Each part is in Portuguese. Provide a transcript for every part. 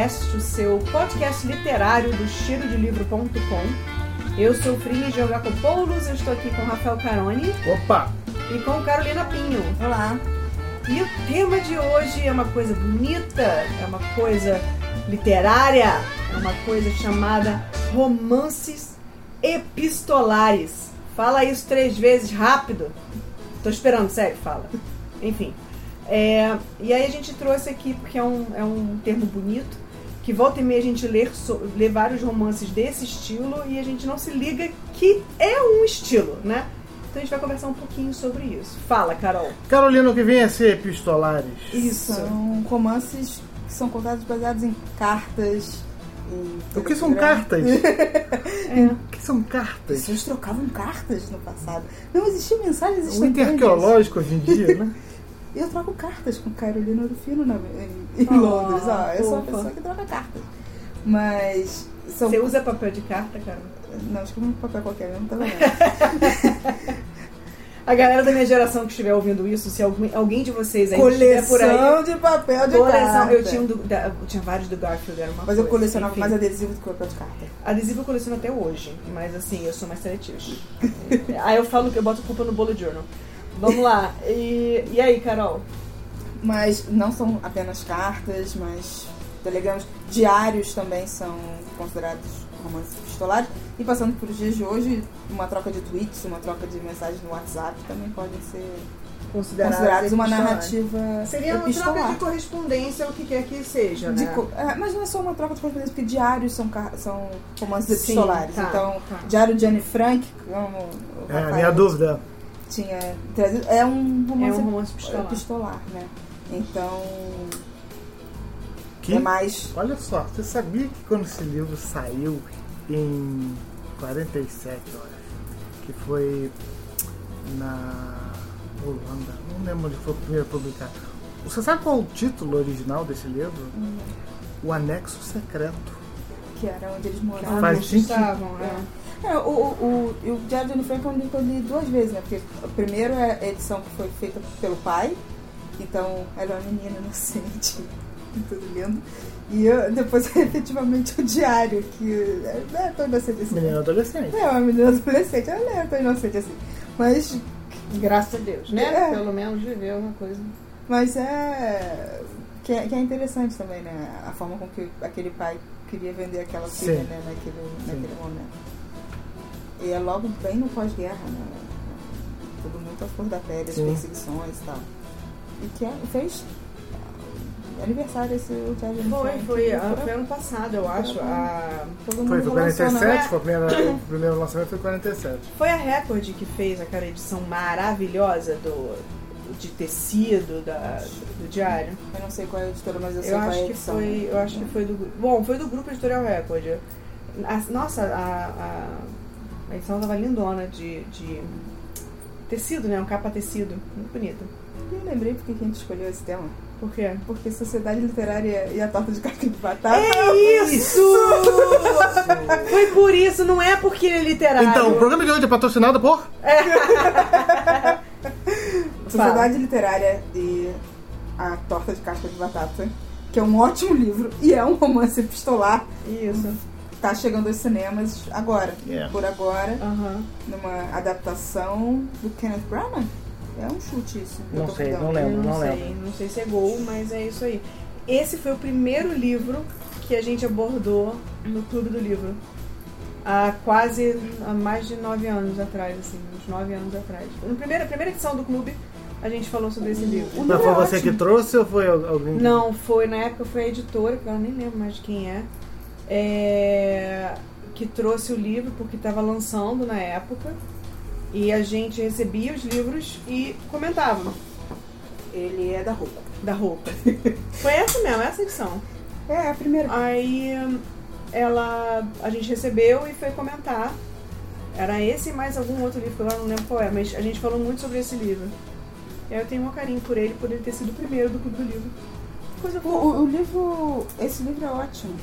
Cast, o seu podcast literário do cheirodelivro.com. Eu sou Frini Georgakopoulos, eu estou aqui com Rafael Caroni. Opa! E com Carolina Pinho. Olá! E o tema de hoje é uma coisa bonita, é uma coisa literária, é uma coisa chamada romances epistolares. Fala isso 3 vezes rápido. Tô esperando, sério, fala. Enfim. E aí a gente trouxe aqui porque é um termo bonito, que volta e meia a gente lê vários romances desse estilo e a gente não se liga que é um estilo, né? Então a gente vai conversar um pouquinho sobre isso. Fala, Carol. Carolina, o que vem a ser epistolares? Isso. São romances que são contados baseados em cartas. O que são cartas? O que são cartas? As pessoas trocavam cartas no passado. Não existia mensagens instantâneas. Muito arqueológico hoje em dia, né? Eu troco cartas com Carolina Rufino em Londres. Eu sou uma pessoa que troca cartas. Mas... Você usa papel de carta, cara? Não, acho que não papel qualquer mesmo também. A galera da minha geração que estiver ouvindo isso, se alguém de vocês aí estiver por aí... de papel de carta. Eu tinha vários do Garfield, era uma Mas coisa, eu colecionava enfim. Mais adesivo do que papel de carta. Adesivo eu coleciono até hoje, mas assim, eu sou mais seletiva. Aí eu falo que eu boto culpa no bullet journal. Vamos lá. E aí, Carol? Mas não são apenas cartas, mas telegramas. Diários também são considerados romances epistolares. E passando por os dias de hoje, uma troca de tweets, uma troca de mensagens no WhatsApp também podem ser considerados uma narrativa seria uma epistolar. troca de correspondência, o que quer que seja, né? Mas não é só uma troca de correspondência, porque diários são romances epistolares. Sim, então, Diário de Anne Frank, como a minha dúvida. Tinha trazido, é um romance epistolar, né? Então... É mais... Olha só, você sabia que quando esse livro saiu em 47, eu acho, que foi na Holanda, não lembro onde foi o primeiro publicado. Você sabe qual é o título original desse livro? O Anexo Secreto. Que era onde eles moravam. Faz estavam, o Diário de Anne Frank eu li 2 vezes, né? Porque a primeira é a edição que foi feita pelo pai, então ela é uma menina inocente, tudo lindo. E depois efetivamente o diário, que não é tão inocente assim. Menina adolescente. É, uma menina adolescente, ela não é tão inocente assim. Mas, graças a Deus, né? Pelo menos viveu uma coisa. Mas que é interessante também, né? A forma com que aquele pai queria vender aquela filha, né? naquele momento. E é logo bem no pós-guerra, né? Tudo muito à flor da pele, as perseguições e tal. E que fez aniversário esse Diário de Anne Frank. Foi ano passado, eu acho. Foi 47, foi o primeiro lançamento foi 47. Foi a Record que fez aquela edição maravilhosa de tecido do Diário. Eu não sei qual é a editora, mas eu sei qual é a edição. Eu acho que foi do grupo. Bom, foi do grupo Editorial Record. A edição estava lindona de tecido, né? Um capa tecido. Muito bonita. Eu lembrei porque a gente escolheu esse tema. Por quê? Porque Sociedade Literária e a Torta de Casca de Batata. É isso! Foi por isso, não é porque ele é literário. Então, o programa de hoje é patrocinado por... Sociedade Literária e a Torta de Casca de Batata, que é um ótimo livro e é um romance epistolar. Isso. Tá chegando aos cinemas agora, por agora, numa adaptação do Kenneth Branagh. É um chute isso. Não sei, não lembro. Não sei se é gol, mas é isso aí. Esse foi o primeiro livro que a gente abordou no Clube do Livro. Há mais de 9 anos atrás, assim, uns 9 anos atrás. Na primeira edição do clube, a gente falou sobre esse livro. Mas foi você que trouxe ou foi alguém? Não, na época foi a editora, que eu nem lembro mais de quem que trouxe o livro, porque estava lançando na época. E a gente recebia os livros e comentava. Ele é da Roupa. Da Roupa. Foi essa mesmo, essa edição. É, a primeira. Aí a gente recebeu e foi comentar. Era esse e mais algum outro livro, que eu agora não lembro qual é, mas a gente falou muito sobre esse livro. E aí eu tenho um carinho por ele ter sido o primeiro do Clube do Livro. Coisa boa. Esse livro é ótimo.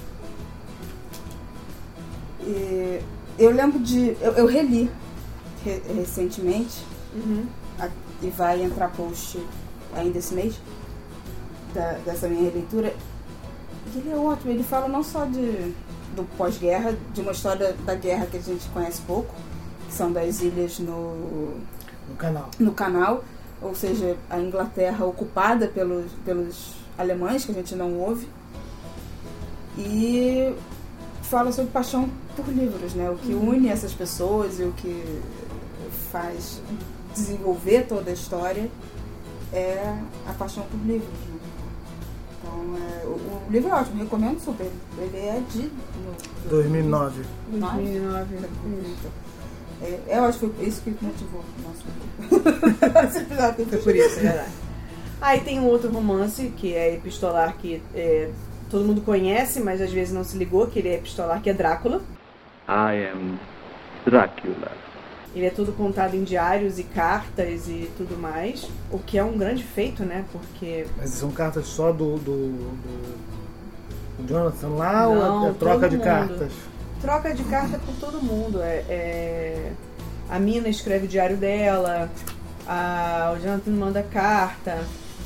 E eu lembro eu reli recentemente, e vai entrar post ainda esse mês dessa minha releitura, Ele é ótimo, ele fala não só do pós-guerra, de uma história da guerra que a gente conhece pouco, que são das ilhas no canal, ou seja, a Inglaterra ocupada pelos alemães, que a gente não ouve, e fala sobre paixão por livros, né? O que une essas pessoas e o que faz desenvolver toda a história é a paixão por livros, né? Então, o livro é ótimo, recomendo super. Ele é de 2009. 2009. É ótimo, foi isso que motivou o nosso episódio. Foi por isso, é verdade. Aí tem um outro romance, que é epistolar, que todo mundo conhece, mas às vezes não se ligou, que ele é epistolar, que é Drácula. I am Dracula. Ele é todo contado em diários e cartas e tudo mais, o que é um grande feito, né? Porque... Mas são cartas só do Jonathan lá, não, ou é troca de mundo. cartas? Troca de carta por todo mundo. A Mina escreve o diário dela, o Jonathan manda carta,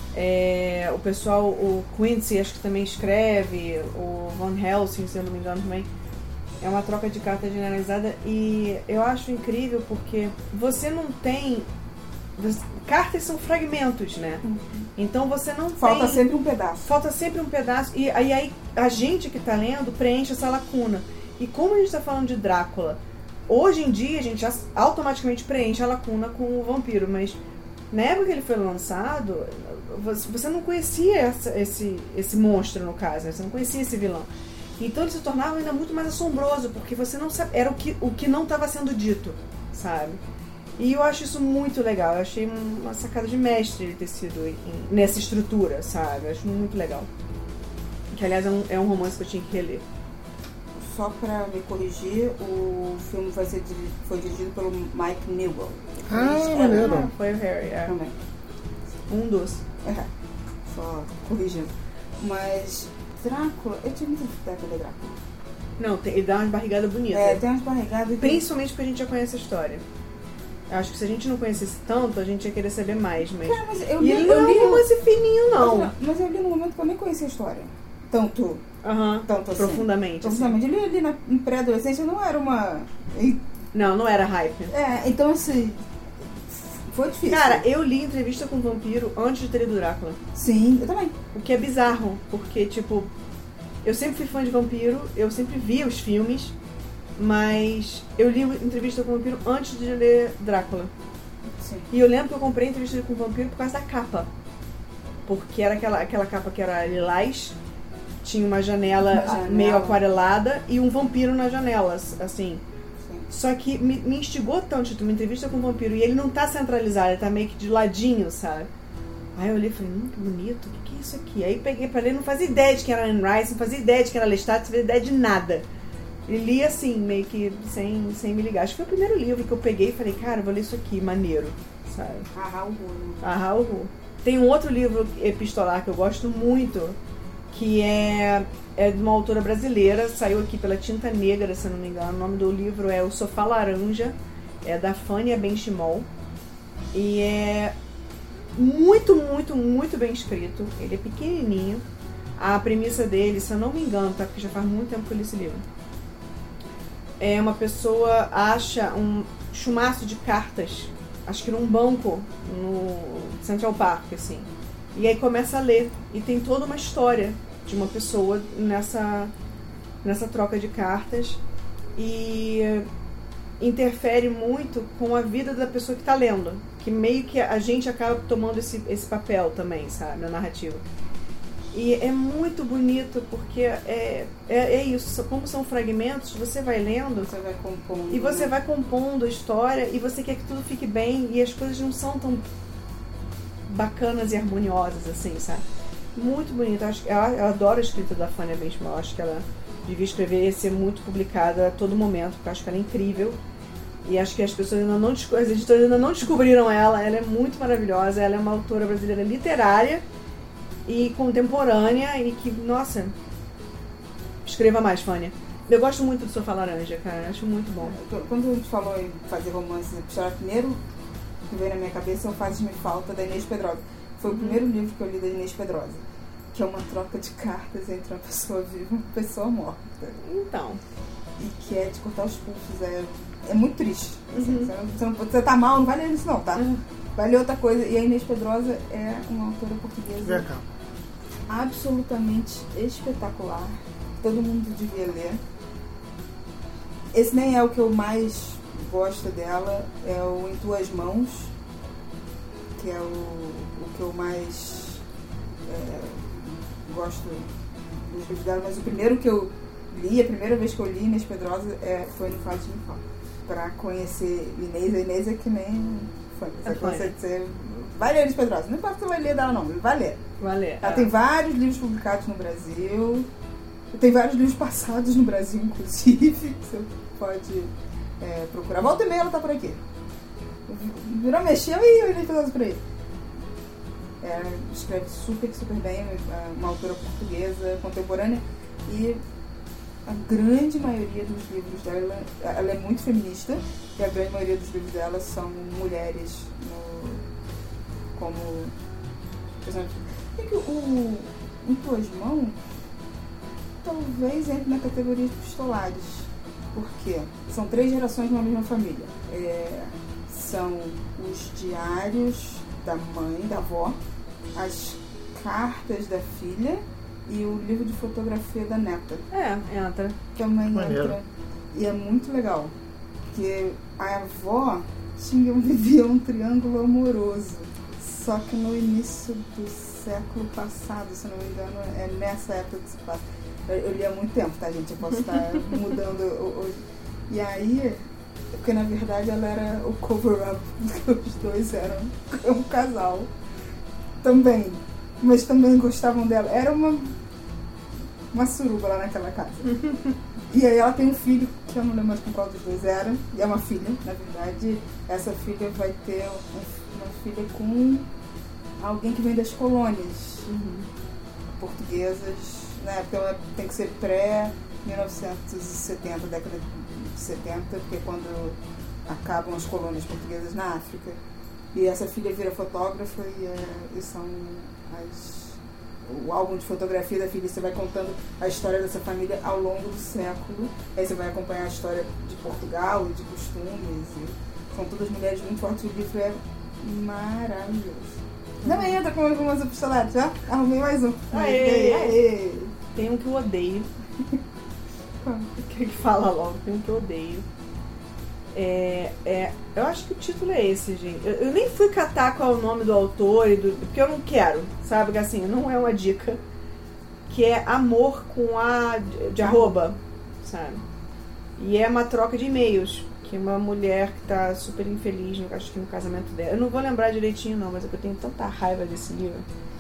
o pessoal, o Quincy acho que também escreve, o Van Helsing, se eu não me engano também. É uma troca de carta generalizada e eu acho incrível porque você não tem... Cartas são fragmentos, né? Então você não Falta tem... sempre um pedaço. Falta sempre um pedaço. E aí a gente que tá lendo preenche essa lacuna. E como a gente tá falando de Drácula, hoje em dia a gente já automaticamente preenche a lacuna com o vampiro. Mas na época que ele foi lançado, você não conhecia esse monstro, no caso, né? Você não conhecia esse vilão. Então ele se tornava ainda muito mais assombroso, porque você não sabe, era o que não estava sendo dito, sabe? E eu acho isso muito legal. Eu achei uma sacada de mestre ele ter sido nessa estrutura, sabe? Eu acho muito legal. Que, aliás, é um romance que eu tinha que reler. Só pra me corrigir, o filme foi dirigido pelo Mike Newell. Maneiro. Foi o Harry, Também. Um dos. Só corrigindo. Mas Drácula, eu tinha muita dificuldade pra ler Drácula. Não, ele dá umas barrigadas bonitas. Tem umas barrigadas. Principalmente porque a gente já conhece a história. Eu acho que se a gente não conhecesse tanto, a gente ia querer saber mais. Mas eu li não é um romance fininho, não. Mas eu li no momento que eu nem conhecia a história. Tanto assim. Profundamente. Profundamente. Eu li em pré-adolescência, não era uma... Não era hype. Então assim... Foi difícil. Cara, eu li Entrevista com o Vampiro antes de ter lido Drácula. Sim, eu também. O que é bizarro, porque, tipo, eu sempre fui fã de vampiro, eu sempre vi os filmes, mas eu li Entrevista com o Vampiro antes de ler Drácula. Sim. E eu lembro que eu comprei Entrevista com o Vampiro por causa da capa. Porque era aquela capa que era lilás, tinha uma janela meio aquarelada e um vampiro na janela, assim. Só que me instigou tanto, uma entrevista com um vampiro, e ele não tá centralizado, ele tá meio que de ladinho, sabe? Aí eu olhei e falei, que bonito, o que é isso aqui? Aí peguei pra ler, não fazia ideia de que era Anne Rice, não fazia ideia de que era Lestat, não fazia ideia de nada. E li assim, meio que sem me ligar. Acho que foi o primeiro livro que eu peguei e falei, cara, eu vou ler isso aqui, maneiro, sabe? Ahá, o Ru. Tem um outro livro epistolar que eu gosto muito, que é de uma autora brasileira, saiu aqui pela Tinta Negra, se eu não me engano. O nome do livro é O Sofá Laranja, é da Fânia Benchimol, e é muito, muito, muito bem escrito. Ele é pequenininho. A premissa dele, se eu não me engano, tá? Porque já faz muito tempo que eu li esse livro. Uma pessoa acha um chumaço de cartas, acho que num banco no Central Park, assim. E aí começa a ler. E tem toda uma história de uma pessoa nessa troca de cartas. E interfere muito com a vida da pessoa que está lendo. Que meio que a gente acaba tomando esse papel também, sabe? Na narrativa. E é muito bonito porque é isso. Como são fragmentos, você vai lendo. Você vai compondo. E você vai compondo a história. E você quer que tudo fique bem. E as coisas não são tão bacanas e harmoniosas, assim, sabe? Muito bonito. Eu adoro a escrita da Fânia Benchimol. Acho que ela devia escrever e ser muito publicada a todo momento, porque eu acho que ela é incrível. E acho que as pessoas as editoras ainda não descobriram ela. Ela é muito maravilhosa. Ela é uma autora brasileira literária e contemporânea e que, nossa, escreva mais, Fânia. Eu gosto muito do Sofá Laranja, cara. Acho muito bom. Quando a gente falou em fazer romance, primeiro que veio na minha cabeça é o Fazes-me Falta, da Inês Pedrosa. Foi o primeiro livro que eu li da Inês Pedrosa. que é uma troca de cartas entre uma pessoa viva e uma pessoa morta. Então. E que é de cortar os pulsos. É muito triste. Assim, você tá mal, não vai ler isso não, tá? Vai ler outra coisa. E a Inês Pedrosa é uma autora portuguesa absolutamente espetacular. Todo mundo devia ler. Esse nem é o que eu mais gosto dela, é o Em Tuas Mãos, que é o que eu mais gosto dos livros dela, mas o primeiro que eu li, a primeira vez que eu li Inês Pedrosa foi no Fado de Infal. Pra conhecer Inês, a Inês é que nem fã. Você vai ler Inês Pedrosa, não importa se você vai ler dela não, vai ler. Vai ler. Ela tem vários livros publicados no Brasil, tem vários livros passados no Brasil, inclusive, que você pode procurar. Volta e meia ela tá por aqui. Virou, mexeu e eu Pedrosa por aí. Escreve super, super bem, uma autora portuguesa, contemporânea, e a grande maioria dos livros dela, ela é muito feminista, e a grande maioria dos livros dela são mulheres como, por exemplo, o Em Tuas Mãos talvez entre na categoria de epistolares, porque são 3 gerações de uma mesma família. São os diários da mãe, da avó, as cartas da filha e o livro de fotografia da neta. Entra. Também entra. E é muito legal, porque a avó vivia um triângulo amoroso, só que no início do século passado, se não me engano, é nessa época que se passa. Eu li há muito tempo, tá, gente? Eu posso estar mudando hoje. E aí, porque na verdade ela era o cover-up, porque os dois eram um casal também, mas também gostavam dela. Era uma suruba lá naquela casa. E aí ela tem um filho, que eu não lembro mais com qual dos dois era, e é uma filha, na verdade. Essa filha vai ter uma filha com alguém que vem das colônias portuguesas, né? Então tem que ser pré-1970, década de 70, porque é quando acabam as colônias portuguesas na África. E essa filha vira fotógrafa e são o álbum de fotografia da filha. Você vai contando a história dessa família ao longo do século. Aí você vai acompanhar a história de Portugal e de costumes. São todas mulheres muito fortes. O livro é maravilhoso. Também entra com algumas epistolares, já? Arrumei mais um. Aê! Tem um que eu odeio. Que fala logo, tem um que eu odeio. Eu acho que o título é esse, gente. Eu nem fui catar qual é o nome do autor, porque eu não quero, sabe? Assim, não é uma dica. Que é Amor com A de arroba, sabe? E é uma troca de e-mails. Que uma mulher que tá super infeliz, acho que no casamento dela. Eu não vou lembrar direitinho não, mas é que eu tenho tanta raiva desse livro.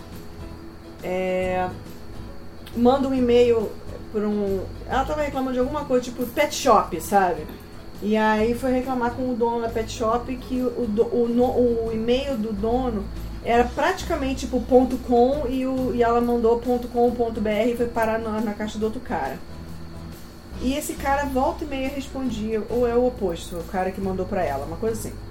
Manda um e-mail por ela tava reclamando de alguma coisa, tipo pet shop, sabe? E aí foi reclamar com o dono da pet shop que o e-mail do dono era praticamente tipo .com e ela mandou .com.br e foi parar na caixa do outro cara. E esse cara volta e meia respondia, ou é o oposto, o cara que mandou pra ela, uma coisa assim.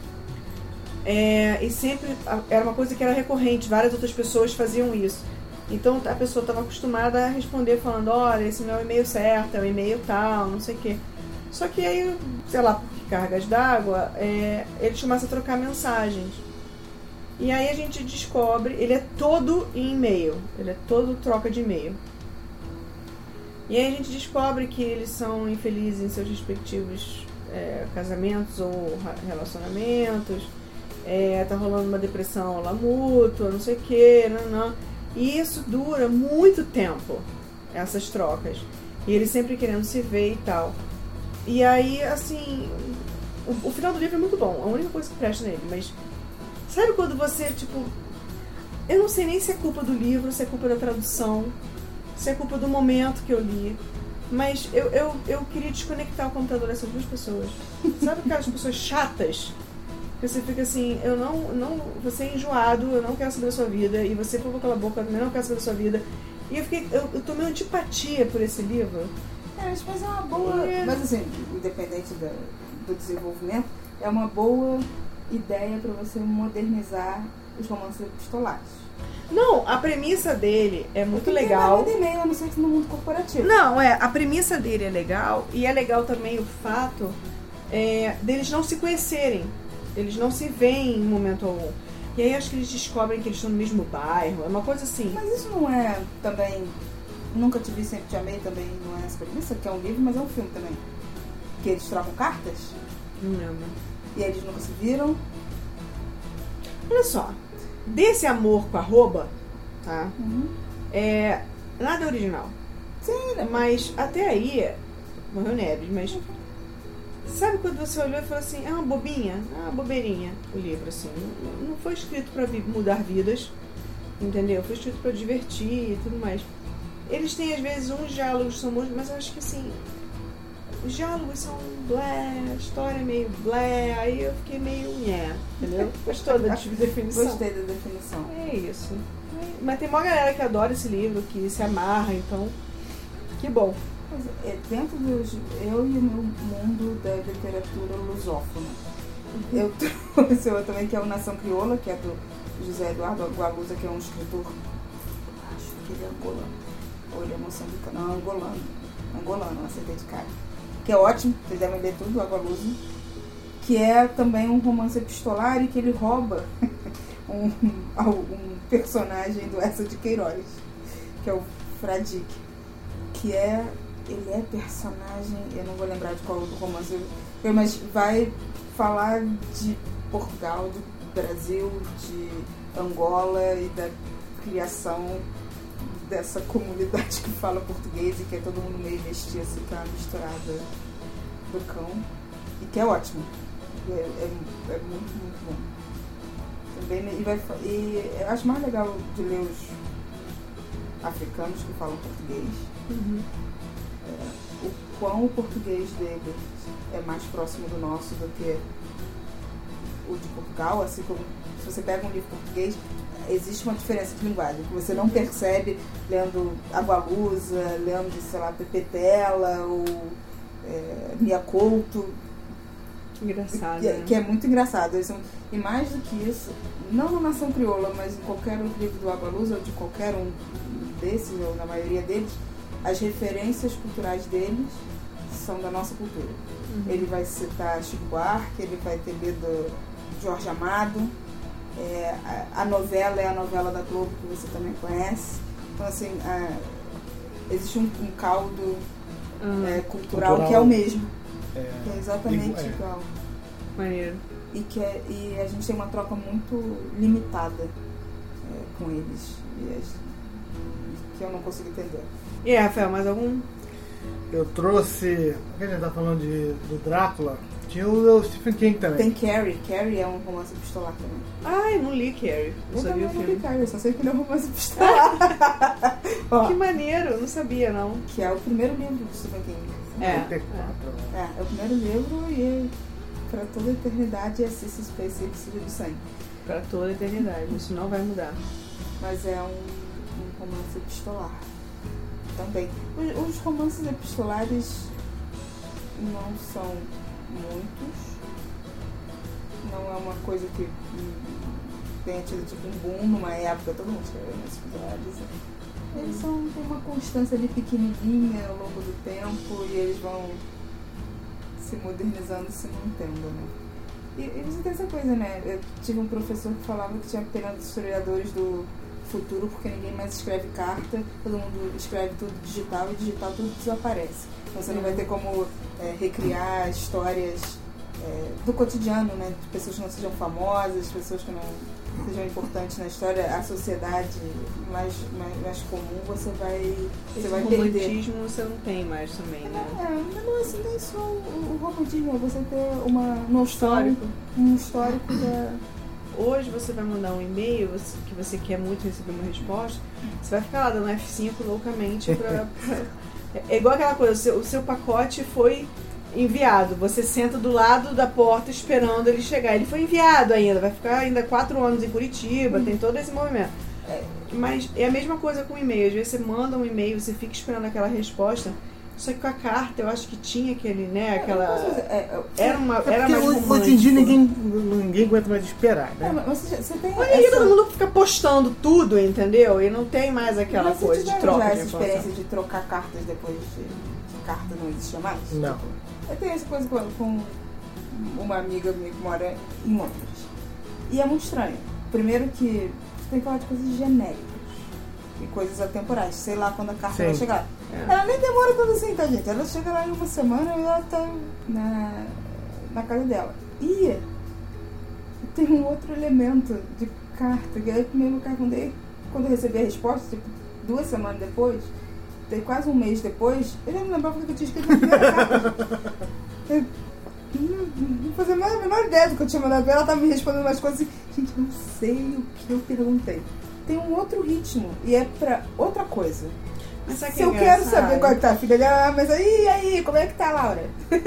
E sempre era uma coisa que era recorrente, várias outras pessoas faziam isso. Então a pessoa estava acostumada a responder falando, olha, esse não é o e-mail certo, é o e-mail tal, não sei o quê. Só que aí, sei lá, por cargas d'água, eles começam a trocar mensagens. E aí a gente descobre, ele é todo em e-mail, ele é todo troca de e-mail. E aí a gente descobre que eles são infelizes em seus respectivos casamentos ou relacionamentos, tá rolando uma depressão lá mútua, não sei o que, não. E isso dura muito tempo, essas trocas. E eles sempre querendo se ver e tal. E aí, assim, o final do livro é muito bom, a única coisa que presta nele, mas sabe quando você, tipo, eu não sei nem se é culpa do livro, se é culpa da tradução, se é culpa do momento que eu li, mas eu queria desconectar o computador dessas duas pessoas. Sabe aquelas pessoas chatas? Que você fica assim, você é enjoado, eu não quero saber da sua vida, e você falou aquela boca, eu também não quero saber da sua vida. E eu tomei uma antipatia por esse livro. Mas é uma boa. Mas assim, independente do desenvolvimento, é uma boa ideia para você modernizar os romances epistolares. Não, a premissa dele é muito legal. Eu e-mail, eu não sei se no mundo corporativo. Não, a premissa dele é legal, e é legal também o fato deles não se conhecerem. Eles não se veem em momento algum. E aí acho que eles descobrem que eles estão no mesmo bairro, é uma coisa assim. Mas isso não é também... Nunca Te Vi, Sempre Te Amei também não é essa premissa, que é um livro, mas é um filme também. Que eles trocam cartas. Não lembro. E eles nunca se viram. Olha só, desse amor com arroba, tá? Nada original. Sim, né? Mas até aí, morreu Neves, mas sabe quando você olhou e falou assim, é uma bobinha, é uma bobeirinha o livro, assim. Não foi escrito pra mudar vidas, entendeu? Foi escrito pra divertir e tudo mais. Eles têm às vezes uns diálogos que são bons, mas eu acho que assim, os diálogos são blé, a história é meio blé, aí eu fiquei meio entendeu? Gostou da definição? Gostei da definição. É isso. Mas tem uma galera que adora esse livro, que se amarra, então que bom. Dentro dos... Eu e o meu mundo da literatura lusófona. Eu trouxe outro também, que é o Nação Crioula, que é do José Eduardo Agualusa, que é um escritor, acho que ele é angolano, ou ele é moçambicano, não, angolano, acertei de cara. Que é ótimo, vocês devem ler tudo, Agualusa. Que é também um romance epistolar e que ele rouba um personagem do Essa de Queiroz, que é o Fradique, que ele é personagem, eu não vou lembrar de qual romance, mas vai falar de Portugal, do Brasil, de Angola e da criação dessa comunidade que fala português e que é todo mundo meio mestiço, que é uma misturada do cão, e que é ótimo. É muito, muito bom. Também, e eu acho mais legal de ler os africanos que falam português. O quão o português deles é mais próximo do nosso do que o de Portugal, assim como se você pega um livro português, existe uma diferença de linguagem que você não percebe lendo Agualusa, lendo, sei lá, Pepetela ou Mia Couto. Engraçado. Que é muito engraçado. E mais do que isso, não no Nação Crioula, mas em qualquer outro livro do Agualusa ou de qualquer um desses, ou na maioria deles, as referências culturais deles são da nossa cultura. Ele vai citar Chico Buarque, ele vai ter lido Jorge Amado, a novela é a novela da Globo, que você também conhece. Então, assim, existe um caldo cultural que é o mesmo, que é exatamente igual. Maneiro. E a gente tem uma troca muito limitada com eles, que eu não consigo entender. E aí, Rafael, mais algum? Eu trouxe, porque a gente tá falando do Drácula, tinha o Stephen King também. Tem Carrie. Carrie é um romance epistolar também. Ah, eu não li Carrie. Não sabia o não li filme. Carrie, eu só sei que ele é um romance epistolar. Que maneiro, não sabia não. Que é o primeiro livro do Stephen King. 94. É o primeiro livro e pra toda a eternidade é Sissy Spacek, Filho do Sangue. Pra toda a eternidade, isso não vai mudar. Mas é um romance epistolar também. Os romances epistolares não são muitos, não é uma coisa que tenha tido tipo um boom numa época, todo mundo escreveu romances epistolares. Eles têm uma constância ali pequenininha ao longo do tempo e eles vão se modernizando e se mantendo, né? E você tem essa coisa, né? Eu tive um professor que falava que tinha pena dos historiadores do futuro porque ninguém mais escreve carta, todo mundo escreve tudo digital e digital tudo desaparece. Então você não vai ter como recriar histórias do cotidiano, né? De pessoas que não sejam famosas, pessoas que não sejam importantes na história, a sociedade mais comum você vai perder. O romantismo você não tem mais também, né? Mas não é assim, nem só o romantismo, é você ter uma noção, um histórico da... Hoje você vai mandar um e-mail que você quer muito receber uma resposta, você vai ficar lá dando F5 loucamente É igual aquela coisa, o seu pacote foi enviado, você senta do lado da porta esperando ele chegar. Ele foi enviado ainda, vai ficar ainda 4 anos em Curitiba, tem todo esse movimento. Mas é a mesma coisa com o e-mail. Às vezes você manda um e-mail, você fica esperando aquela resposta Só que com a carta eu acho que tinha aquele, né, aquela... Era porque mais romântico. hoje em dia ninguém aguenta mais esperar, né? Mas você tem Mas aí todo mundo fica postando tudo, entendeu? E não tem mais aquela Mas coisa você de troca já de essa informação. experiência de trocar cartas depois de carta não existia mais? Não. Tipo, eu tenho essa coisa com uma amiga minha que mora em Londres. E é muito estranho. Primeiro que você tem que falar de coisas genéricas e coisas atemporais. Sei lá quando a carta vai chegar. Ela nem demora tanto assim, tá, gente? Ela chega lá em uma semana e ela tá na casa dela. E tem um outro elemento de carta, que é o mesmo que quando eu recebi a resposta, tipo, 2 semanas depois, quase um mês depois, eu já não lembrava que eu tinha escrito na primeira carta. Eu não fazia a menor ideia do que eu tinha mandado pra ela, tava me respondendo umas coisas assim, gente, não sei o que eu perguntei. Tem um outro ritmo, e é pra outra coisa. Mas sabe que Se eu quero saber qual é que tá a filha dela, mas aí, como é que tá, Laura?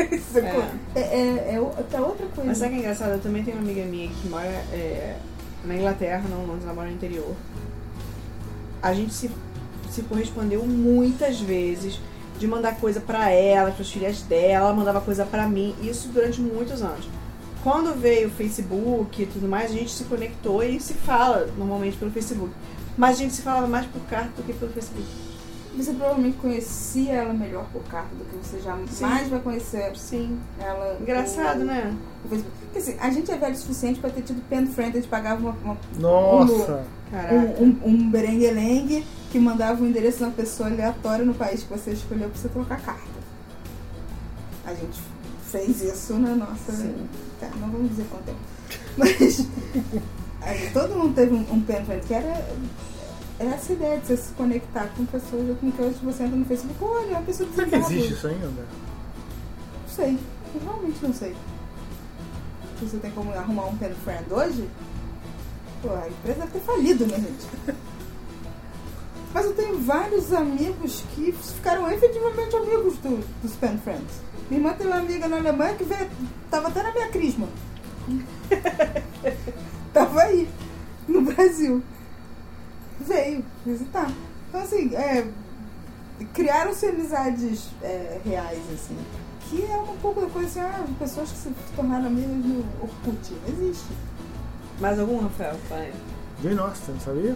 É outra coisa. Mas sabe que é engraçado? Eu também tenho uma amiga minha que mora na Inglaterra, não, ela mora no interior. A gente se correspondeu muitas vezes de mandar coisa pra ela, pras filhas dela, ela mandava coisa pra mim, isso durante muitos anos. Quando veio o Facebook e tudo mais, a gente se conectou e se fala normalmente pelo Facebook. Mas a gente se falava mais por carta do que pelo Facebook. Você provavelmente conhecia ela melhor por carta do que você jamais vai conhecer ela. Engraçado, né? Porque assim, a gente é velho o suficiente pra ter tido pen friend, a gente pagava Nossa! um berengue-lengue que mandava o endereço de uma pessoa aleatória no país que você escolheu pra você trocar carta. A gente fez isso na nossa... Tá, não vamos dizer quanto tempo. Mas todo mundo teve um pen friend que era essa ideia de você se conectar com pessoas com que hoje você entra no Facebook. Olha, é uma pessoa Será que existe isso ainda? Não sei. Eu realmente não sei. Se você tem como arrumar um pen friend hoje, pô, a empresa deve ter falido, né, gente? Mas eu tenho vários amigos que ficaram efetivamente amigos dos pen friends. Minha irmã tem uma amiga na Alemanha que tava até na minha crisma. Tava aí, no Brasil. Veio visitar. Então, assim, criaram-se amizades reais, assim. Que é um pouco da coisa assim, pessoas que se tornaram amigas no Orkut. Existe. Mais algum, Rafael? Vai. Jane Austen, sabia?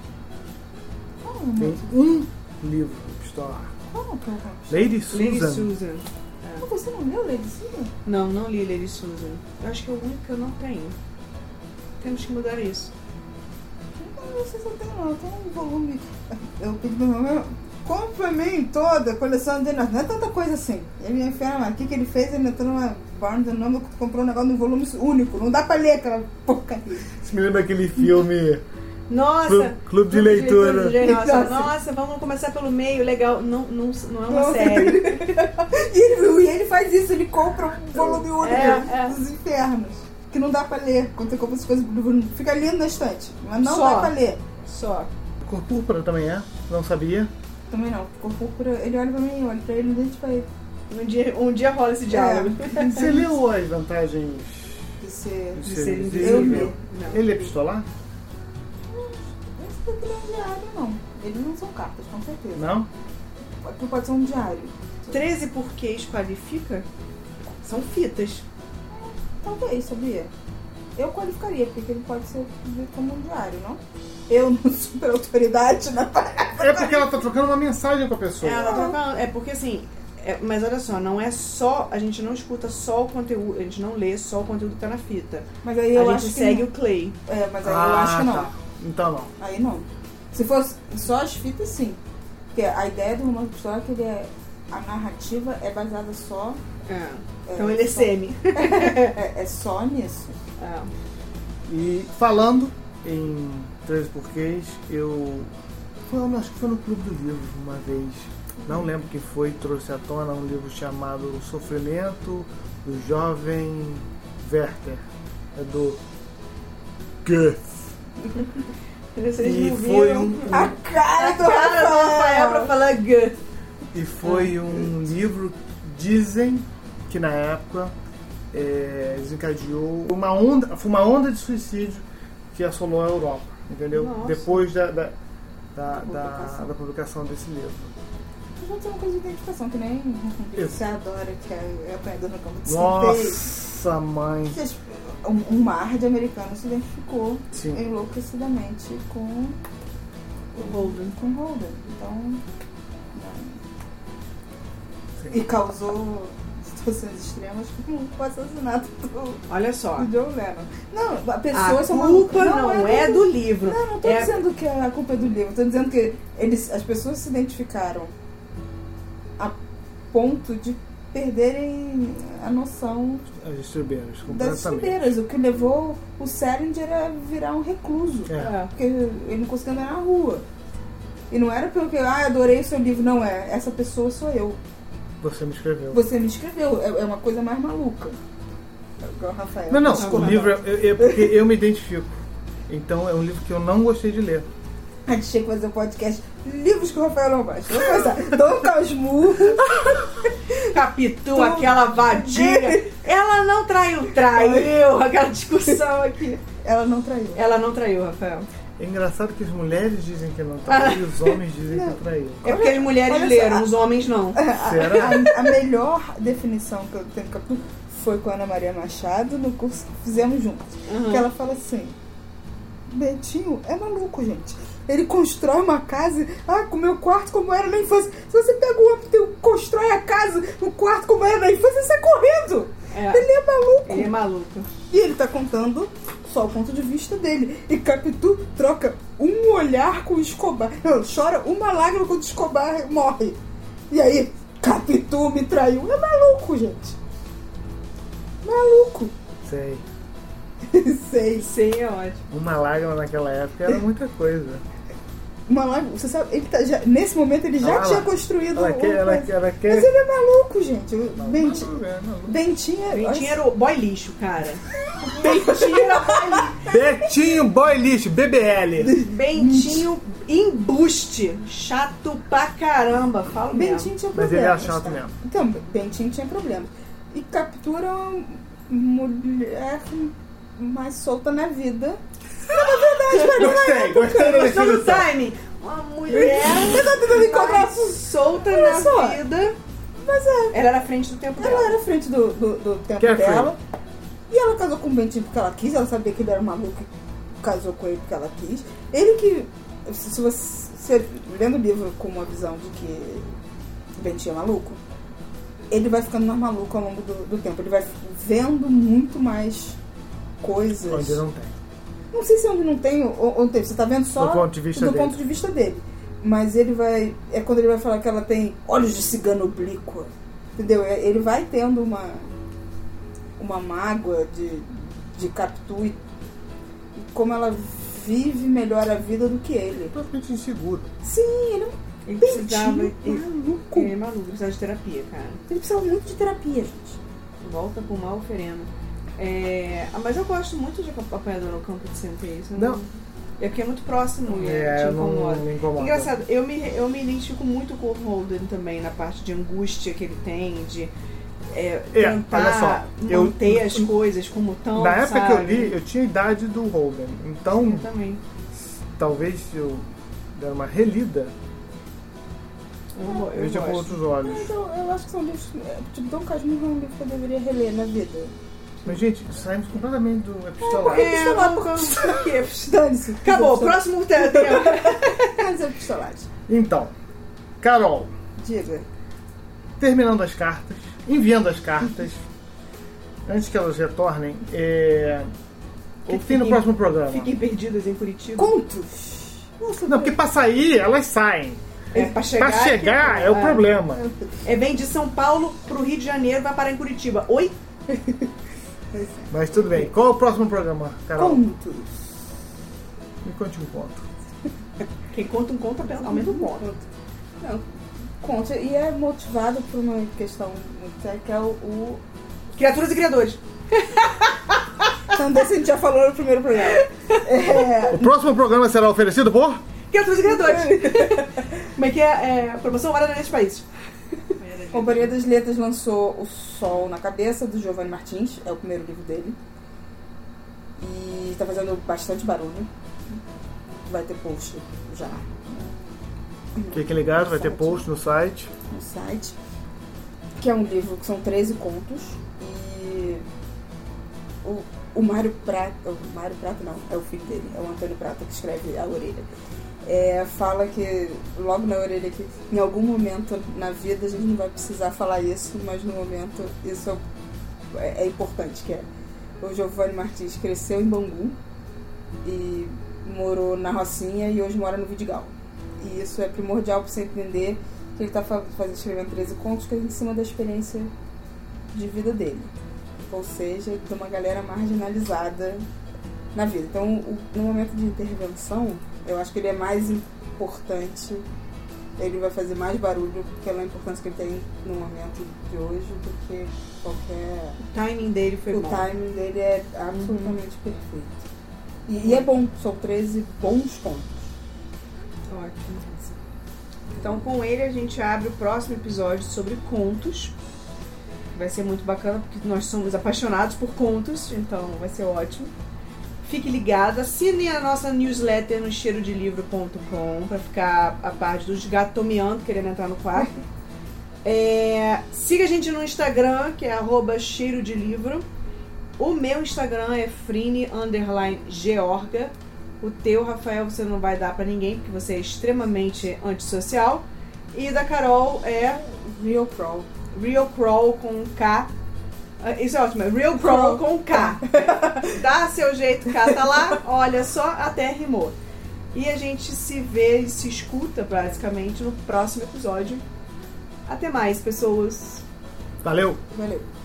Tem um livro pistolar. Qual que é o Lady Susan. Lady Susan. Você não leu Lady Susan? Não li Lady Susan. Eu acho que é o único que eu não tenho. Temos que mudar isso. Não sei se eu tenho, não. Eu tenho um volume. Eu pedi pro meu irmão, compra pra mim toda a coleção dele. Não é tanta coisa assim. Ele me enfiou, mas o que ele fez? Ele entrou numa Barnes & Noble, comprou um negócio num volume único. Não dá pra ler aquela porcaria. Você me lembra aquele filme... Nossa! Clube de leitura. Nossa, vamos começar pelo meio, legal. Não é uma série. E ele faz isso, ele compra um volume único dos infernos. Que não dá pra ler. Quando você compra essas coisas, fica lindo na estante. Mas não dá pra ler. Só. Cor púrpura também é? Não sabia? Também não. Cor púrpura, ele olha pra mim, eu olho pra ele, a gente vai... Um dia rola esse diálogo. Você leu as vantagens de ser invisível? Eu li. Ele é pistolar? Esse daqui não é um diário, não. Eles não são cartas, com certeza. Não? Pode ser um diário. 13 porquês qualifica? São fitas. Talvez, sabia? Eu qualificaria, porque ele pode ser visto como um diário, não? Eu não super autoridade na parada. É porque ela tá trocando uma mensagem com a pessoa. Ela tá falando, porque assim, mas olha só, não é só, a gente não escuta só o conteúdo, a gente não lê só o conteúdo que tá na fita. Mas aí eu a acho gente que segue não. o Clay. Mas aí eu acho que não. Tá. Então não. Aí não. Se fosse só as fitas, sim. Porque a ideia do romance pistolar é que a narrativa é baseada só... Então ele é semi. É só nisso. E falando em 13 porquês, acho que foi no Clube do Livro uma vez, não lembro quem foi, trouxe à tona um livro chamado O Sofrimento do Jovem Werther, é do Goethe. E foi a cara do Rafael pra falar Goethe. E foi um livro, dizem que na época desencadeou uma onda de suicídio que assolou a Europa, entendeu? Nossa. Depois da publicação desse livro. que pode ser uma coisa de identificação, que nem você adora, que é apanhador no campo de Nossa, mãe. Um mar de americano se identificou Sim. enlouquecidamente com O Holden. Com Holden. Então. E causou situações extremas como o assassinato Olha só. do John Lennon. Não, a A pessoa culpa não é do livro. Não tô dizendo que a culpa é do livro. Tô dizendo que as pessoas se identificaram a ponto de perderem a noção As estribeiras, das completamente. estribeiras. O que levou o Salinger a virar um recluso. É. Porque ele não conseguia andar na rua. E não era porque, adorei o seu livro. Não é. Essa pessoa sou eu. Você me escreveu. Você me escreveu. É uma coisa mais maluca. Igual o Rafael. Não, o livro é porque eu me identifico. Então é um livro que eu não gostei de ler. A gente tinha que fazer um podcast. Livros que o Rafael não gosta. Vamos começar. Dom Casmurro. Capitu, aquela vadia. Ela não traiu. Aquela discussão aqui. Ela não traiu. Ela não traiu, Rafael. É engraçado que as mulheres dizem que não traiu e os homens dizem que traiu. É porque as mulheres olha leram, só. os homens não. Será? A melhor definição que eu tenho de Capitu foi com a Ana Maria Machado no curso que fizemos juntos. Uhum. Que ela fala assim: Betinho é maluco, gente. Ele constrói uma casa, com o meu quarto como era na infância. Se você pega o homem, constrói a casa, o quarto como era na infância, você sai correndo. É. Ele é maluco. Ele é maluco. E ele tá contando só o ponto de vista dele. E Capitu troca um olhar com o Escobar. Não, chora uma lágrima quando o Escobar morre. E aí, Capitu me traiu. É maluco, gente. Maluco. Sei. Sei. Sim, é ótimo. Uma lágrima naquela época era muita coisa. Uma lágrima, você sabe, ele tá nesse momento ele já Ah, tinha lá. construído Ela quer. Mas ele é maluco, gente. Bentinho Maluco. Bentinho era o boy lixo, cara. Bentinho era boy lixo. Betinho Boy Lixo, BBL. Bentinho embuste. Chato pra caramba. Falo mesmo. Bentinho tinha Mas problemas. ele era chato tá? mesmo. Então, Bentinho tinha problemas. E Captura uma mulher mais solta na vida. Gostei da Gostou do definição. timing? Uma mulher Eu tô tentando encontrar. mais solta Olha na só. vida. Mas é. Ela era à frente do tempo dela. Ela era à frente do tempo Carefree. dela. E ela casou com o Bentinho porque ela quis. Ela sabia que ele era maluco e casou com ele porque ela quis. Ele que... Se você lendo o livro com uma visão de que o Bentinho é maluco, ele vai ficando mais maluco ao longo do tempo. Ele vai vendo muito mais coisas. Onde não tem. Não sei se onde não tem ou tem. Você tá vendo só Do ponto de vista dele. ponto de vista dele. Mas ele vai... É quando ele vai falar que ela tem olhos de cigano oblíqua. Entendeu? Ele vai tendo uma mágoa de Capitu e como ela vive melhor a vida do que ele. Totalmente inseguro. Sim, ele é Ele um precisava. Bentinho maluco. Ele é maluco, precisava de terapia, cara. Ele precisa muito de terapia, gente. Volta pro mal oferendo. Mas eu gosto muito de Apanhador no Campo de Centeio. Isso Não. É porque é muito próximo e te não incomoda. me incomoda. Engraçado, eu me identifico muito com o Holden também, na parte de angústia que ele tem, de tentar olha só, manter as coisas como estão. Na época que eu sabe? li, eu tinha a idade do Holden. Então, Eu também. talvez se eu der uma relida, Eu veja com gosto. outros olhos. Então, eu acho que são livros... Tipo, Dom Casmurro é um livro que eu deveria reler na vida. Mas, gente, saímos completamente do epistolar. Por quê? Dane-se. Acabou, próximo tema. Mas é epistolares. Então, Carol, Diga. terminando as cartas, enviando as cartas, antes que elas retornem, o que tem no próximo programa? Fiquem perdidas em Curitiba. Contos. Nossa, Não, porque pra sair, elas saem. Pra chegar, Pra chegar é o problema. Vem de São Paulo pro Rio de Janeiro, vai parar em Curitiba. Oi? Mas tudo bem. Qual é o próximo programa, Carol? Contos. Me conte um conto. Quem conta um conto aumenta um ponto. Não, contos. E é motivado por uma questão muito séria, que é o... Criaturas e criadores. Então, desse a gente já falou no primeiro programa. O próximo programa será oferecido por... Criaturas e criadores. Como é que é? A promoção válida nesses países. A Companhia das Letras lançou O Sol na Cabeça, do Giovanni Martins. É o primeiro livro dele. E tá fazendo bastante barulho. Vai ter post já. Fiquem ligados, vai ter post no site. No site. Que é um livro que são 13 contos. E o Mário Prata... O Mário Prata não, é o filho dele. É o Antônio Prata que escreve A Orelha. Fala que, logo na orelha, que em algum momento na vida a gente não vai precisar falar isso, mas no momento isso é importante, que é o Giovanni Martins cresceu em Bangu e morou na Rocinha e hoje mora no Vidigal. E isso é primordial para você entender que ele está escrevendo 13 contos que é em cima da experiência de vida dele. Ou seja, de uma galera marginalizada na vida. Então, no momento de intervenção, eu acho que ele é mais importante, ele vai fazer mais barulho pela importância que ele tem no momento de hoje do que qualquer... O timing dele foi bom. O timing dele é absolutamente perfeito. E é bom, são 13 bons contos. Ótimo. Então, com ele a gente abre o próximo episódio sobre contos. Vai ser muito bacana, porque nós somos apaixonados por contos, então vai ser ótimo. Fique ligado, assine a nossa newsletter no cheirodelivro.com para ficar a parte dos gatos tomeando, querendo entrar no quarto. Siga a gente no Instagram, que é @cheirodelivro. O meu Instagram é frine_georga. O teu, Rafael, você não vai dar para ninguém, porque você é extremamente antissocial. E da Carol é Real Crawl. Real Crawl com K. Isso é ótimo, é Real Crawl com K. Dá seu jeito, K tá lá, olha só, até rimou. E a gente se vê e se escuta, basicamente, no próximo episódio. Até mais, pessoas. Valeu! Valeu!